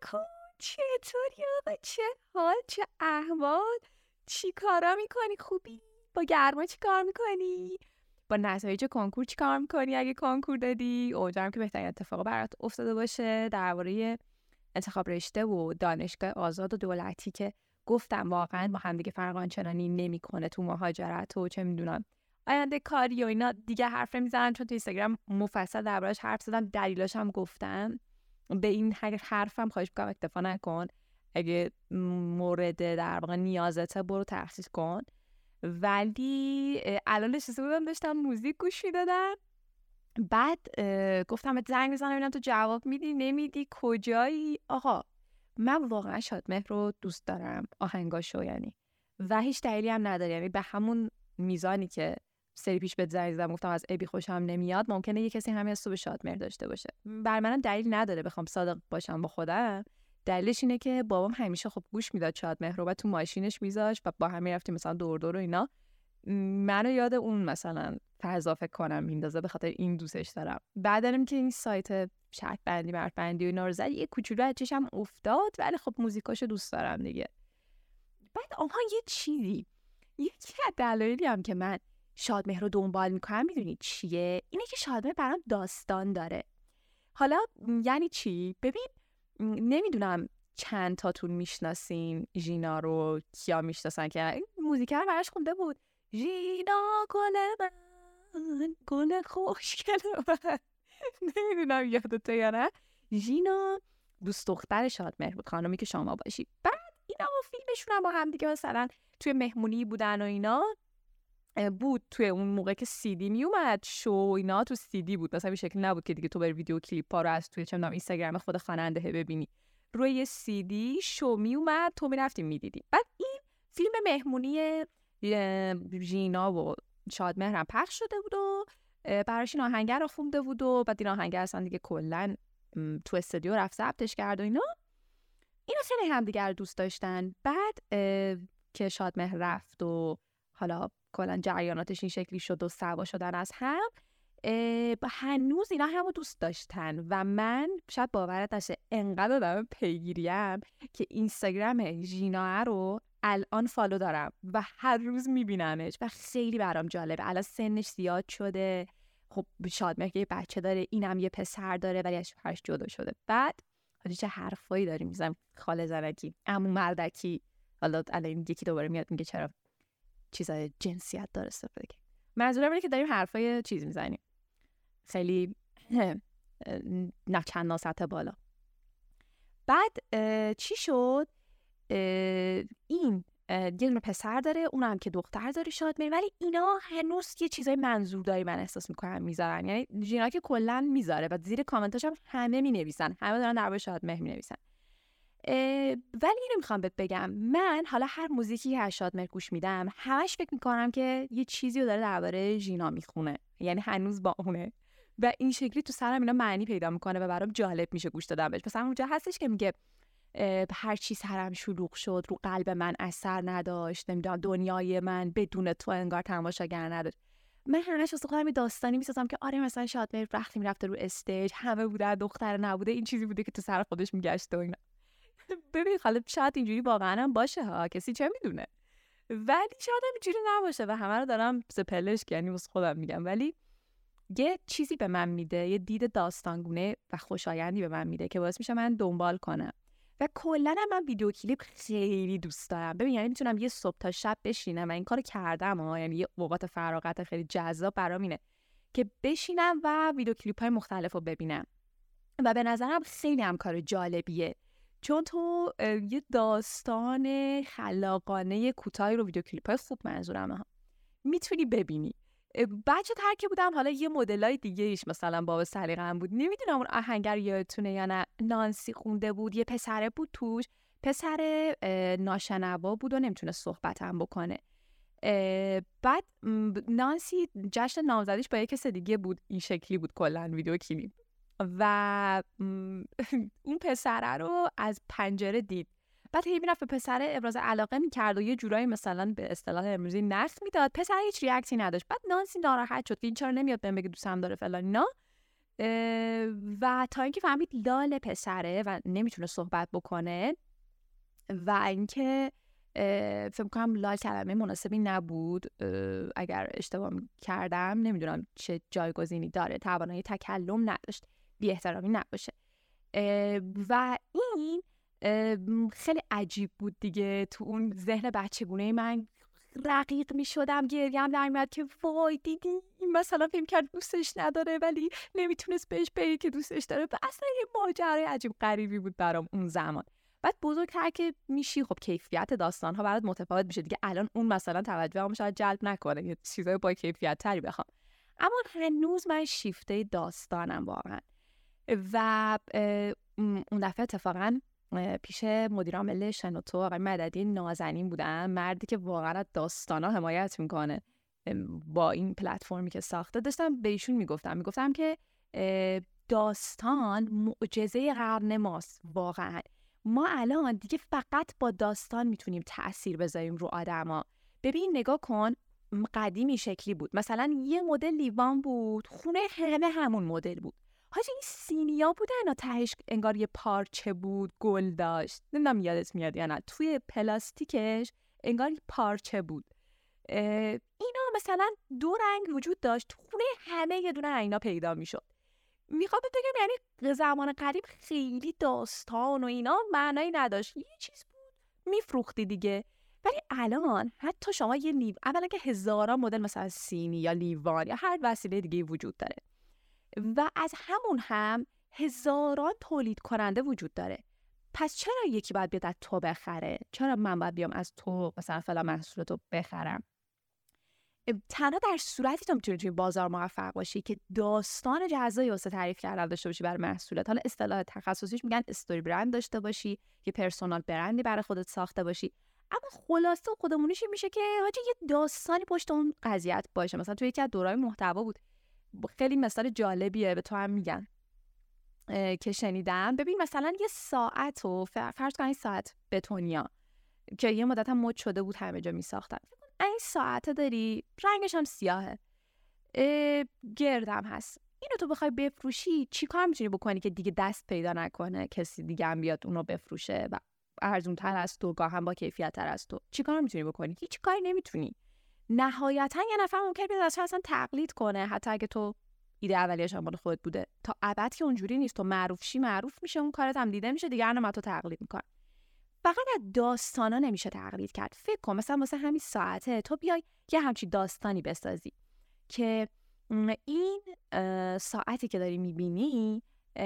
کن، چطوری آقا، چه حال، چه احوال، چی کارا میکنی، خوبی؟ با گرما چی کار میکنی؟ با نتایج کنکور چی کار میکنی اگه کنکور دادی؟ امیدوارم که بهترین اتفاق برات افتاده باشه. درباره انتخاب رشته و دانشگاه آزاد و دولتی که گفتم واقعا با هم دیگه فرق آنچنانی نمیکنه تو مهاجرت و چه میدونم آینده کاری و اینا دیگه حرف نمیزنم، چون تو اینستاگرام مفصل دربارش حرف زدم، دلیلاش هم گفتم. به این حرفم خواهش میکنم اکتفا نکن، اگه مورد در واقع نیازته برو تحصیل کن. ولی الان نشسته بودم داشتم موزیک گوش میدادم، بعد گفتم بهت زنگ بزنم ببینم تو جواب میدی نمیدی، کجایی؟ آقا من واقعا شادمهر رو دوست دارم، آهنگاشو یعنی، و هیچ دلیلی هم نداره، یعنی به همون میزانی که سری پیش بهت زنگ زدم گفتم از ابی خوشم نمیاد، ممکنه یه کسی همین حسو به شادمهر داشته باشه. بر منم دلیل نداره بخوام صادق باشم با خودم. دلیلش اینه که بابام همیشه خب گوش میداد شادمهر رو و تو ماشینش میذاشت و با هم میرفتیم مثلا دور دور و اینا. منو یاد اون مثلا فضا فکر کنم میندازه، به خاطر این دوستش دارم. بعدم که این سایت شرط بندی مرد بندی و اینا رو زد، یه کوچولو از چشم افتاد، ولی خب موزیکاشو دوست دارم دیگه. بعد یه چیزی، یکی از دلایلی هم که من شادمهر رو دنبال میکنم میدونی چیه؟ اینه که شادمهر برام داستان داره. حالا یعنی چی؟ ببین نمیدونم چند تاتون میشناسین ژینا رو، کیا میشناسن که این موزیک رو براش خونده بود، ژینا گل من، گل خوشگل من. نمیدونم یادته یا نه. ژینا دوست دختر شادمهر بود، خانمی که شما باشی. بعد اینا فیلمشون هم با هم دیگه مثلا توی مهمونی بودن و اینا بود. توی اون موقع که CD می اومد، شو اینا تو CD بود، مثلا این شکل نبود که دیگه تو بری ویدیو کلیپ ها رو از توی چه می‌دونم اینستاگرام خود خواننده ببینی. روی CD شو می اومد، تو میرفتی میدیدی. بعد این فیلم مهمونی ژینا و شادمهر هم پخش شده بود و براش این آهنگر رو خونده بود و بعد این آهنگر اصلا دیگه کلا تو استودیو رفت ضبطش کرد و اینا خیلی هم دیگه رو دوست داشتن. بعد که شادمهر رفت و حالا کلا جریاناتش این شکلی شد و سوا شدن از هم، هنوز اینا همو دوست داشتن و من شاید باورت نشه انقدر دارم پیگیریم که اینستاگرام ژینا رو الان فالو دارم و هر روز میبینمش و خیلی برام جالبه. الان سنش زیاد شده، خب شادمهر یه بچه داره، اینم یه پسر داره ولی از شوهرش جدا شده. بعد حاجی چه حرفایی داریم میزنم، خاله زنکی، عمو مردکی، حالا الان یکی دوباره میاد میگه چرا چیزای جنسیت داره استفاده کنیم. منظورم اینه که داریم حرفای چیز میزنیم خیلی نه چند ناسطح بالا. بعد چی شد؟ این یه دونه پسر داره، اونم که دختر داره شادمهر، ولی اینا هنوز یه چیزای منظور داری من احساس میکنم میذارن. یعنی ژینا که کلا میذاره و زیر کامنتاش هم همه مینویسن، همه دارن درباره شادمهر مینویسن. ولی اینو میخوام بهت بگم، من حالا هر موزیکی که از شادمهر گوش میدم همش فکر میکنم که یه چیزی رو داره درباره ژینا میخونه، یعنی هنوز با اونه و این شکلی تو سرم اینا معنی پیدا میکنه و برام جالب میشه گوش دادن بهش. مثلا اونجا هستش که میگه هر چی سرم شلوغ شد رو قلب من اثر نداشت، نمیدونم دنیای من بدون تو انگار تماشاگر نداشت. من همش واسه خودم داستانی میسازم که آره مثلا شادمهر وقتی میرفته رو استیج همه بوده، دختر نبوده، این چیزی بوده که تو سر خودش میگشته و اینا. ببین حالا شاید اینجوری واقعا هم باشه ها، کسی چه میدونه، ولی شاید هم اینجوری نباشه و همه رو دارم سپلش یعنی واسه خودم میگم، ولی یه چیزی به من میده، یه دید داستانگونه و خوشایندی به من میده که باعث میشه من دنبال کنم. و کلا من ویدیو کلیپ خیلی دوست دارم. ببین یعنی میتونم یه صبح تا شب بشینم و این کارو کردم ها، یعنی یه اوقات فراغت خیلی جذاب برام اینه که بشینم و ویدیو کلیپ های مختلف رو ببینم و به نظرم خیلی هم کار جالبیه، چون تو یه داستان خلاقانه کوتاهی رو ویدیو کلیپ های خوب منظورم ها میتونی ببینی. بچه ترکه بودم، حالا یه مدلای دیگه ایش مثلا باب سلیقه‌ام بود، نمیدونم اون آهنگر یادتونه یا نه، نانسی خونده بود، یه پسره بود توش، پسر ناشنوا بود و نمیتونه صحبت هم بکنه. بعد نانسی جشن نامزدیش با یه کس دیگه بود، این شکلی بود کلا ویدیو کلیپ و اون پسره رو از پنجره دید، بعد هی میرفت به پسر ابراز علاقه میکرد و یه جورایی مثلا به اصطلاح امروزی نخ میداد، پسر هیچ ریاکتی نداشت. بعد نانسی ناراحت شد که این چرا نمیاد بهم بگه دوستم داره فلان اینا. و تا اینکه فهمید لال پسره و نمیتونه صحبت بکنه و اینکه فکر کنم لال کلمه مناسبی نبود، اگر اشتباه کردم نمیدونم چه جایگزینی داره، توانایی تکلم نداشت، بی احترامی نباشه. و این خیلی عجیب بود دیگه. تو اون ذهن بچگونه من رقیق می شدم، گریم در میاد که وای دیدی این مثلا فکر کرد دوستش نداره ولی نمیتونست بهش بگه که دوستش داره. و اصلا یه ماجرای عجیب غریبی بود برام اون زمان. بعد بزرگتر که میشی خب کیفیت داستان ها برات متفاوت میشه دیگه. الان اون مثلا توجهم شاید جلب نکنه، یه چیزای با کیفیت تری بخوام، اما هنوز من شیفته داستانم واقعا. و اون دفعه اتفاقا پیش مدیر عامل شنوتو آقای مددی نازنین بودم، مردی که واقعا از داستانا حمایت میکنه با این پلتفرمی که ساخته. داشتم به ایشون میگفتم که داستان معجزه قرن ماست واقعا. ما الان دیگه فقط با داستان میتونیم تأثیر بذاریم رو آدما. ببین نگاه کن، قدیمی شکلی بود، مثلا یه مدل لیوان بود، خونه همون مدل بود. حاجی این سینیا بودن و تهش انگار یه پارچه بود، گل داشت، نمیدونم یادت میاد یا نه، توی پلاستیکش انگار یه پارچه بود. اینا مثلا 2 رنگ وجود داشت، تو خونه همه یه دونه اینا پیدا میشد. میخوام بگم یعنی زمان قدیم خیلی داستان و اینا معنایی نداشت، یه چیز بود میفروختی دیگه. ولی الان حتی شما یه اولا که هزاران مدل مثلا سینی یا لیوان یا هر وسیله دیگه وجود داره و از همون هم هزاران تولید کننده وجود داره. پس چرا یکی باید بیاد از تو بخره؟ چرا من باید بیام از تو مثلا فلان محصولاتو بخرم؟ تنها در صورتی تو میتونی توی بازار موفق باشی که داستان جزایی واسه تعریف کردن داشته باشی برای محصولات. حالا اصطلاح تخصصیش میگن استوری برند داشته باشی، یه پرسونال برندی برای خودت ساخته باشی. اما خلاصه خودمونیش میشه که حاجی یه داستانی پشت اون قضیه باشه. مثلا توی یکی از دوره‌های محتوا بود، خیلی مثال جالبیه به تو هم میگن که شنیدم. ببین مثلا یه ساعت و فرض کن این ساعت بتونیا که یه مدت هم مد شده بود همه جا میساختن، این ساعت داری رنگش هم سیاهه، گردم هست، اینو تو بخوای بفروشی چی کار میتونی بکنی که دیگه دست پیدا نکنه کسی دیگه هم بیاد اونو بفروشه و ارزون تر از تو، گاه هم با کیفیت تر از تو؟ چی کار میتونی بکنی؟ هیچ کاری نمیتونی. نهایتا یه نفر ممکنه بیاد اصلا تقلید کنه، حتی اگه تو ایده اولیه‌اش هم مال خودت بوده. تا ابد که اونجوری نیست، تو معروف شی معروف میشه، اون کارت هم دیده میشه، دیگه هم تو تقلید میکنه. فقط از داستانا نمیشه تقلید کرد. فکر کن مثلا واسه همین ساعته تو بیای یه همچی داستانی بسازی که این ساعتی که داری میبینی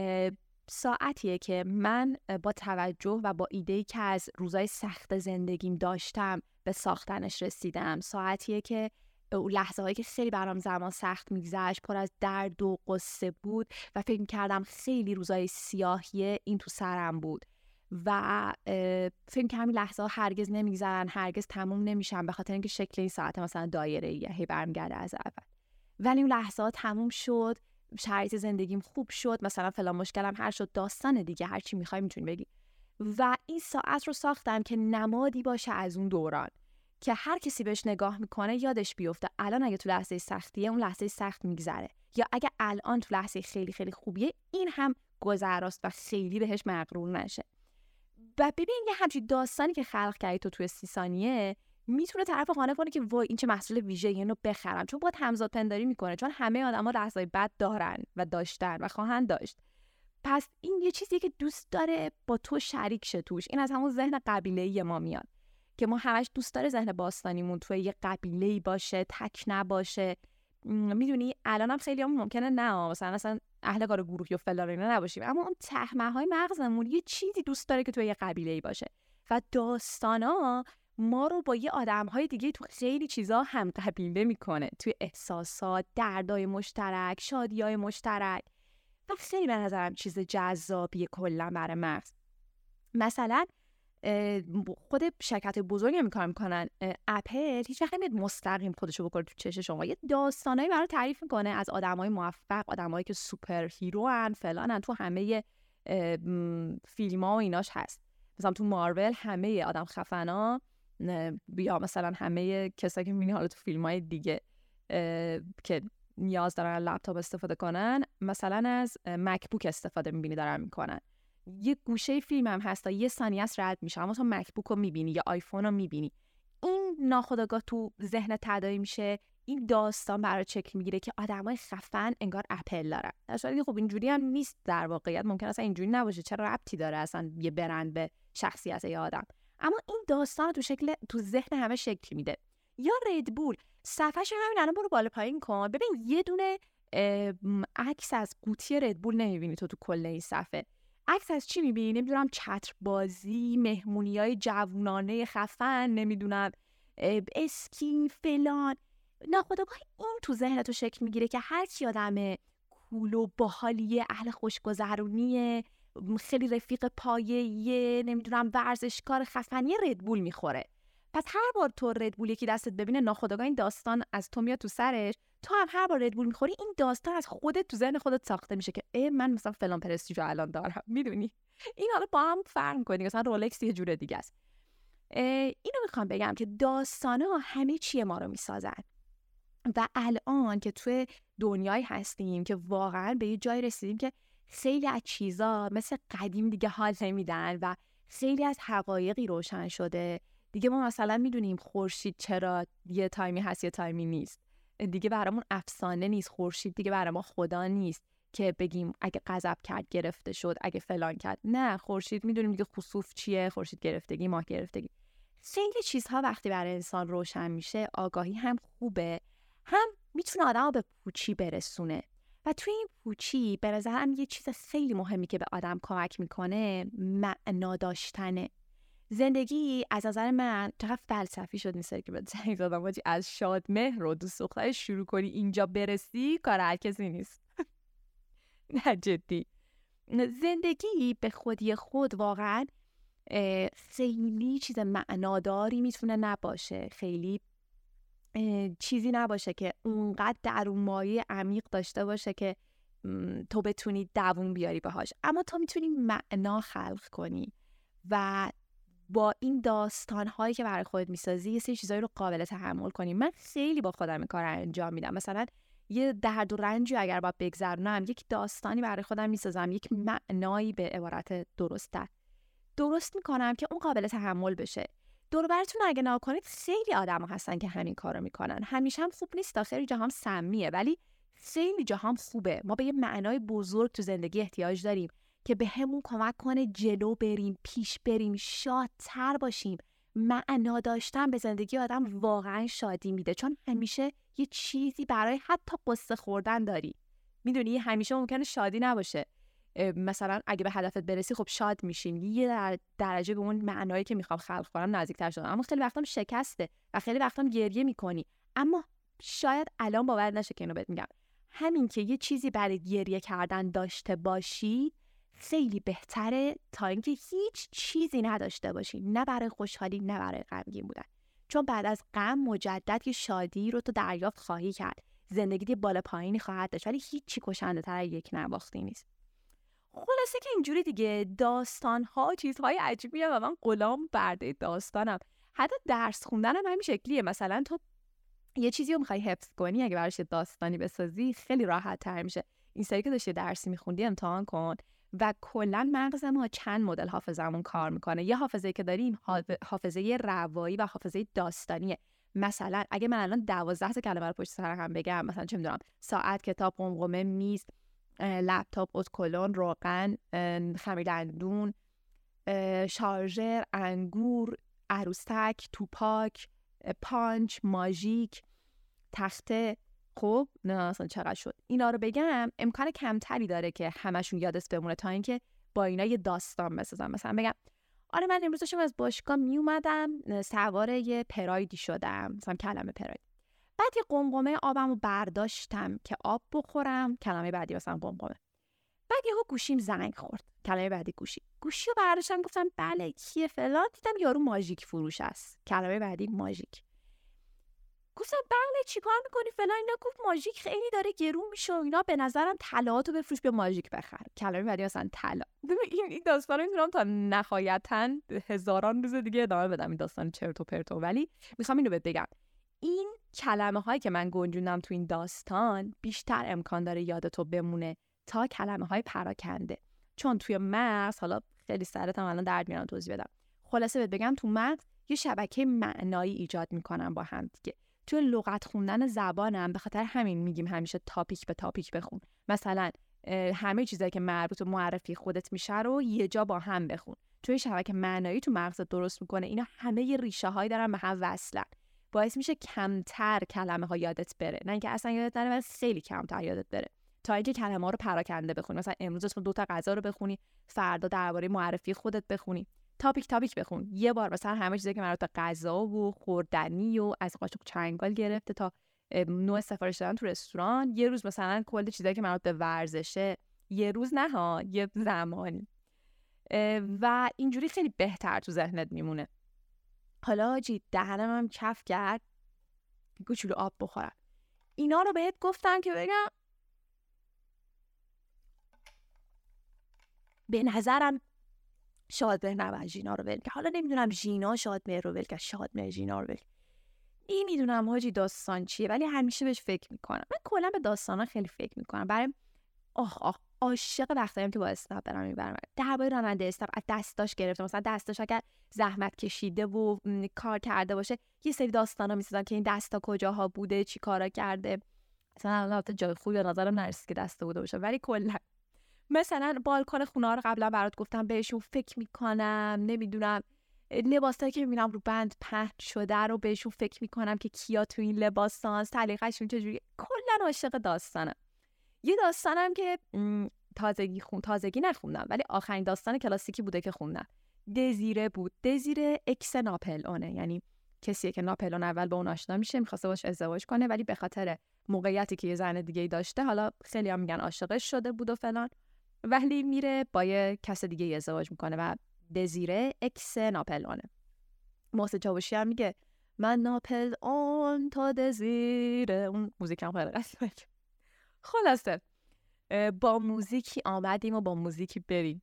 ساعتیه که من با توجه و با ایده‌ای که از روزای سخت زندگیم داشتم به ساختنش رسیدم. ساعتیه که لحظه هایی که خیلی برام زمان سخت میگذشت، پر از درد و قصه بود و فکر میکردم خیلی روزای سیاهیه، این تو سرم بود و فکر کنم این لحظه ها هرگز نمیگذرن، هرگز تموم نمیشن، به خاطر اینکه شکل این ساعت مثلا دایره‌ایه، هی برمیگرده از اول. ولی اون لحظه ها تموم شد، شرایط زندگیم خوب شد، مثلا فلان مشکلم حل شد، داستان دیگه هر چی میخوای میتونی بگی. و این ساعت رو ساختم که نمادی باشه از اون دوران، که هر کسی بهش نگاه میکنه یادش بیفته الان اگه تو لحظه سختیه اون لحظه سخت میگذره، یا اگه الان تو لحظه خیلی خیلی خوبیه این هم گذراست و خیلی بهش مغرور نشه. و ببین یه همچین داستانی که خلق کردی تو توی 30 ثانیه میتونه طرف قانع کنه که وای این چه محصول ویژه‌ای، اینو بخرم، چون باید همزاد پنداری میکنه، چون همه آدما لحظه‌های بد دارن و داشتن و خواهند داشت. پس این یه چیزیه که دوست داره با تو شریک شه توش. این از همون ذهن قبیله‌ای ما میاد که ما همش دوست داره ذهن باستانیمون توی یه قبیله‌ای باشه، تک نباشه. میدونی الان هم خیلی هم ممکنه نه مثلا اهل کار گروهی و فلان اینا نباشیم، اما اون تهمه‌های مغزمون یه چیزی دوست داره که توی یه قبیله‌ای باشه. و داستانا ما رو با یه آدم‌های دیگه تو خیلی چیزا هم قبیله میکنه، توی احساسات، دردای مشترک، شادیای مشترک. و خیلی به نظرم چیز جذابیه کلا برای مغز. مثلا خود شرکت بزرگی هم کار میکنن، اپل هیچ وقت نمیاد مستقیم خودشو بکنه تو چش شما، یه داستانایی برای تعریف میکنه از آدمای موفق، آدمایی که سوپر هیرو ان فلانن. تو همه فیلم‌ها و ایناش هست، مثلا تو مارول همه آدم خفنا، یا مثلا همه کسایی که میبینی حالا تو فیلم‌های دیگه که نیاز دارن لپتاپ استفاده کنن، مثلا از مکبوک استفاده میبینی دارن میکنن. یه گوشه فیلم هم هست تا 1 ثانیه است رد میشه، اما تو مکبوک رو میبینی یا آیفون رو میبینی. این ناخودآگاه تو ذهن تداعی میشه. این داستان برای شکل میگیره که آدمای خفن انگار اپل دارن، در صورتی که خب اینجوری هم نیست. در واقعیت ممکن اصلا اینجوری نباشه. چرا ربطی داره اصلا یه برند به شخصیت یه آدم؟ اما این داستان تو ذهن همه شکل میده. یا ردبول، صفحه‌ش همین الان برو بالا پایین کن، ببین یه دونه عکس از قوطی ردبول نمیبینی تو کل این صفحه. عکس از چی میبینی؟ نمیدونم چتر بازی، مهمونیای جوونانه خفن، نمیدونم اسکی فلان. ناخودآگاه این تو ذهن تو شکل میگیره که هر کی آدم کول و باحالیه، اهل خوشگذرونیه، خیلی رفیق پایه‌ایه، نمیدونم ورزشکار خفنی، ردبول میخوره. پس هر بار تو ردبول یکی دستت ببینه، ناخودآگاه این داستان از تو میاد تو سرش. تو هم هر بار ردبول میخوری، این داستان از خودت تو ذهن خودت ساخته میشه که من مثلا فلان پرستیژو الان دارم. میدونی این حالا با هم فرق می‌کنه. مثلا رولکس یه جور دیگه است. اینو میخوام بگم که داستانا همه چیه ما رو میسازن. و الان که توی دنیای هستیم که واقعا به یه جای رسیدیم که خیلی از چیزا مثل قدیم دیگه حال نمیدن و خیلی از حقایقی روشن شده. دیگه ما مثلا میدونیم خورشید چرا یه تایمی هست یه تایمی نیست. دیگه برامون افسانه نیست. خورشید دیگه برای ما خدا نیست که بگیم اگه غضب کرد گرفته شد، اگه فلان کرد. نه، خورشید میدونیم دیگه خسوف چیه، خورشید گرفتگی، ماه گرفتگی. خیلی چیزها وقتی برای انسان روشن میشه، آگاهی هم خوبه، هم میتونه آدمو به پوچی برسونه. و توی این پوچی به نظرم یه چیز خیلی مهمی که به آدم کمک میکنه معنا داشتنه. زندگی از نظر من چقدر فلسفی شد نیست که به زنگ زدم از شادمهر و دوست دختر شروع کنی اینجا برسی کار هر کسی نیست. نه جدی، زندگی به خودی خود واقعا خیلی چیز معناداری میتونه نباشه، خیلی چیزی نباشه که اونقدر درون مایه عمیق داشته باشه که تو بتونی دووم بیاری باهاش. اما تو میتونی معنا خلق کنی و با این داستان‌هایی که برای خودت میسازی یه سری چیزایی رو قابل تحمل کنی. من خیلی با خودم این کار رو انجام میدم. مثلا یه درد و رنجی اگر باید بگذرونم، یک داستانی برای خودم میسازم، یک معنایی به عبارت درست میکنم که اون قابل تحمل بشه. دور و براتون اگه نگاه کنید خیلی آدم هستن که همین کارو میکنن. همیشه هم خوب نیست، خیلی جاها هم سمیه، ولی خیلی جاها هم خوبه. ما به یه معنای بزرگ تو زندگی احتیاج داریم که به همون کمک کنه جلو بریم، پیش بریم، شادتر باشیم. معنا داشتن به زندگی آدم واقعا شادی میده، چون همیشه یه چیزی برای حتی قصه خوردن داری. میدونی همیشه ممکنه شادی نباشه. مثلا اگه به هدفت برسی خب شاد میشیم، یه درجه به اون معنایی که میخوام خلق کنم نزدیکتر شدم. اما خیلی وقتام شکسته و خیلی وقتام گریه میکنی. اما شاید الان باور نشه که اینو بهت میگم، همین که یه چیزی برای گریه کردن داشته باشی خیلی بهتره تا اینکه هیچ چیزی نداشته باشی، نه برای خوشحالی نه برای غمگین بودن. چون بعد از غم مجدد یه شادی رو تو دریافت خواهی کرد. زندگی بالا پایینی خواهد داشت، ولی هیچی کشنده تر یک نواختی نیست. خلاصه که اینجوری دیگه، داستان‌ها چیزهای عجیبیه و من غلام برده داستانم. حتی درس خوندنم همین شکلیه. مثلا تو یه چیزی رو می‌خوای حفظ کنی، اگه براش داستانی بسازی خیلی راحت تر میشه. این سری که داشتی درسی می‌خوندی امتحان کن و کلا مغز ما چند مدل حافظه‌مون کار میکنه. یه حافظه‌ای که داریم حافظه روایی و حافظه داستانیه. مثلا اگه من الان 12 تا کلمه رو پشت سر هم بگم، مثلا چه می‌دونم ساعت، کتاب، قمقمه، میز، لپتاپ، اتکلون، روغن، خمیر دندون، شارژر، انگور، عروسک، توپاک، پانچ، ماژیک، تخته. خب نه اصلا چقدر شد اینا رو بگم امکان کمتری داره که همشون یادت بمونه تا اینکه با اینا یه داستان بسازم. مثلا بگم آره من امروز داشتم از باشگاه می اومدم، سوار یه پرایدی شدم، مثلا کلمه پراید. بعد یه قمقمه آبمو برداشتم که آب بخورم، کلمه بعدی مثلا قمقمه. بعد یهو گوشیم زنگ خورد، کلمه بعدی گوشی رو برداشتم گفتم بله کیه فلان، دیدم یارو ماژیک فروش است، کلمه بعدی ماژیک. گفتم بله چیکار میکنی فلان، اینا. گفت ماژیک خیلی داره گرون میشه و اینا، به نظرم طلاتو بفروش بیا ماژیک بخر. کلمه بعدی مثلا طلا. این داستانو میتونم تا نهایتاً هزاران روز دیگه ادامه بدم، این داستان چرت و پرتو، ولی میخوام اینو بهت بگم، این کلمه هایی که من گنجوندم تو این داستان بیشتر امکان داره یادتو بمونه تا کلمه های پراکنده. چون توی مغز، حالا خیلی سرتم الان درد میارم توضیح بدم، خلاصه بگم تو مغز یه شبکه معنایی ایجاد میکنن با هم دیگه. توی لغت خوندن زبانم به خاطر همین میگیم همیشه تاپیک به تاپیک بخون. مثلا همه چیزایی که مربوط به معرفی خودت میشه رو یه جا با هم بخون. توی شبکه معنایی تو مغزت درست میکنه. اینا همه یه ریشه هایی دارن به هم وصلن. باعث میشه کمتر کلمه ها یادت بره، نه اینکه اصلا یادت نره، ولی خیلی کمتر یادت بره تا اینکه کلمه ها رو پراکنده بخونی. مثلا امروز اسم 2 تا غذا رو بخونی، فردا درباره معرفی خودت بخونی. تاپیک بخون. یه بار مثلا همه چیزی که مربوط به غذا و خوردنی و از قاشق چنگال گرفته تا نوع سفارش دادن تو رستوران، یه روز مثلا کل چیزایی که مربوط به ورزشه، یه روز نه ها، یه زمانی، و اینجوری خیلی بهتر تو ذهنت میمونه. حالا آجی دهنم هم کف کرد، کوچولو آب بخورم. اینا رو بهت گفتم که بگم به نظرم شادمهر نباید ژینا رو ول کرد. حالا نمیدونم ژینا شادمهر رو ول کرد، شادمهر ژینا رو ول کرد، نمیدونم حاجی داستان چیه، ولی همیشه بهش فکر میکنم. من کلا به داستانا خیلی فکر میکنم. برای عاشق وقتایم که با اسنپ دارم میبرم. درباره راننده اسنپ از دستاش گرفته، مثلا دستاش اگر زحمت کشیده و کار کرده باشه یه سری داستانا میسازن که این دستا کجاها بوده، چی کارا کرده. مثلا البته جای خوبی به نظرم نرسید که دستا بوده باشه، ولی کلا مثلا بالکن خونه رو قبلا برات گفتم بهشون فکر میکنم. نمیدونم لباسایی که میبینم رو بند پهن شده رو بهشون فکر میکنم که کیا تو این لباسان، سلیقه‌شون چجوری. کلا عاشق داستانم. یه داستانم که تازگی نخوندم، ولی آخرین داستان کلاسیکی بوده که خوندم، دزیره بود. دزیره اکس ناپلئونه، یعنی کسیه که ناپلئون اول با اون آشنا میشه، میخواسته باش ازدواج کنه، ولی به خاطر موقعیتی که یه زن دیگه‌ای داشته، حالا خیلی هم میگن عاشقش شده بود و فلان، ولی میره با یه کس دیگه ازدواج میکنه و دزیره اکس ناپلئونه. محسن چاوشی هم میگه من ناپلئون تا دزیره. اون موزیک هم خیلی قشنگه. خلاصه با موزیکی آمدیم و با موزیکی بریم.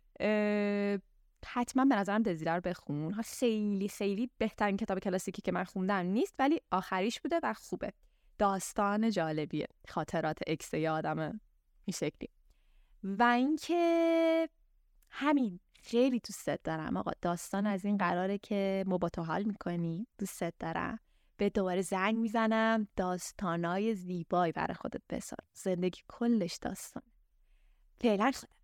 حتما به نظرم دزیره رو بخون. خیلی خیلی بهترین کتاب کلاسیکی که من خوندم نیست، ولی آخریش بوده و خوبه. داستان جالبیه، خاطرات اکس یادمه این شکلی. و اینکه همین، خیلی دوست دارم آقا. داستان از این قراره که ما با تو حال میکنی، دوست دارم. به دوباره زنگ میزنم، داستانای زیبایی برای خودت بسار. زندگی کلش داستان. فعلا خدا.